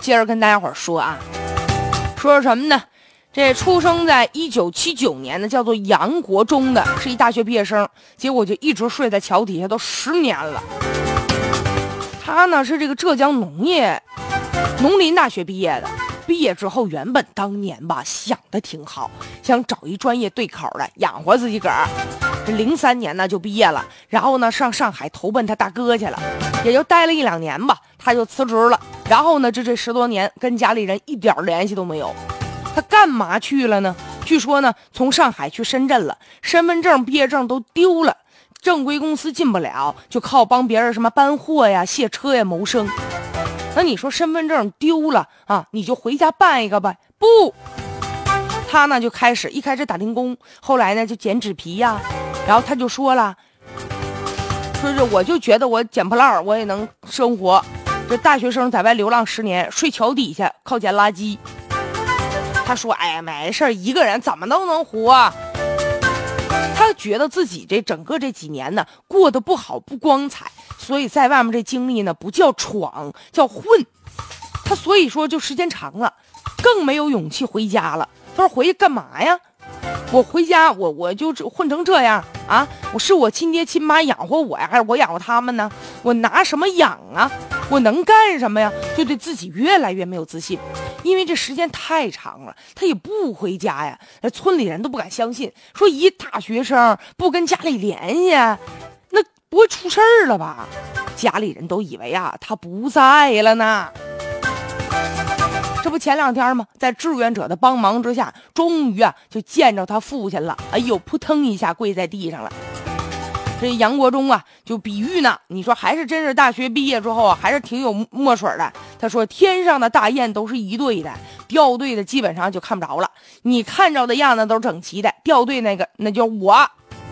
接着跟大家伙说啊，说什么呢？这出生在1979年的叫做杨国忠的，是一大学毕业生，结果就一直睡在桥底下都10年了。他呢是这个浙江农林大学毕业的，毕业之后原本当年吧想的挺好，想找一专业对口的养活自己个儿。这03年呢就毕业了，然后呢上上海投奔他大哥去了，也就待了1、2年吧，他就辞职了。然后呢这10多年跟家里人一点联系都没有。他干嘛去了呢？据说呢从上海去深圳了，身份证毕业证都丢了，正规公司进不了，就靠帮别人什么搬货呀卸车呀谋生。那你说身份证丢了啊，你就回家办一个呗？不，他呢就一开始打零工，后来呢就捡纸皮呀，然后他就说了，说是我就觉得我捡破烂我也能生活，这大学生在外流浪10年，睡桥底下靠捡垃圾。他说哎呀没事，一个人怎么都能活。他觉得自己整个这几年呢过得不好不光彩，所以在外面这经历呢不叫闯叫混。他所以说就时间长了更没有勇气回家了。他说回去干嘛呀？我回家我就混成这样啊？我亲爹亲妈养活我呀，还是我养活他们呢？我拿什么养啊？我能干什么呀？就对自己越来越没有自信，因为这时间太长了，他也不回家呀。村里人都不敢相信，说一大学生不跟家里联系，那不会出事儿了吧？家里人都以为啊他不在了呢。这不前2天吗？在志愿者的帮忙之下，终于啊就见着他父亲了。哎呦，扑腾一下跪在地上了。这杨国忠啊，就比喻呢，你说还是真是大学毕业之后啊，还是挺有墨水的。他说天上的大雁都是一对的，掉队的基本上就看不着了。你看着的样子都是整齐的，掉队那个那就是我。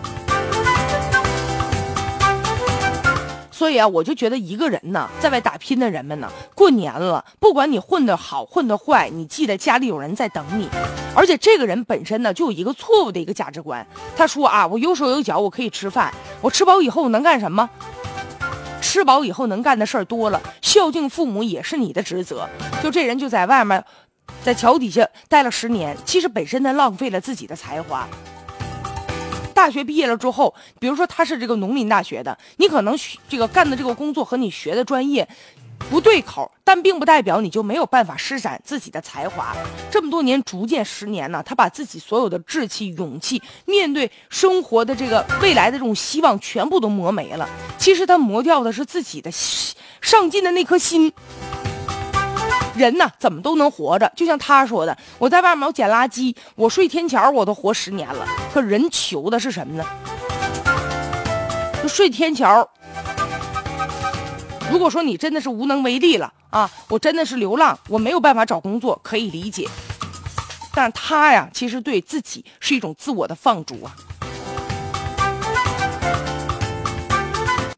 所以啊，我就觉得一个人呢，在外打拼的人们呢，过年了，不管你混得好混得坏，你记得家里有人在等你。而且这个人本身呢，就有一个错误的一个价值观。他说啊，我有手有脚，我可以吃饭，我吃饱以后能干什么？吃饱以后能干的事儿多了，孝敬父母也是你的职责。就这人就在外面，在桥底下待了10年，其实本身呢浪费了自己的才华。大学毕业了之后，比如说他是这个农林大学的，你可能这个干的这个工作和你学的专业不对口，但并不代表你就没有办法施展自己的才华。这么多年，逐渐10年呢，他把自己所有的志气、勇气，面对生活的这个未来的这种希望，全部都磨没了。其实他磨掉的是自己的上进的那颗心。人呢怎么都能活着，就像他说的，我在外面我捡垃圾，我睡天桥我都活10年了。可人求的是什么呢？就睡天桥。如果说你真的是无能为力了啊，我真的是流浪，我没有办法找工作，可以理解。但是他呀，其实对自己是一种自我的放逐啊。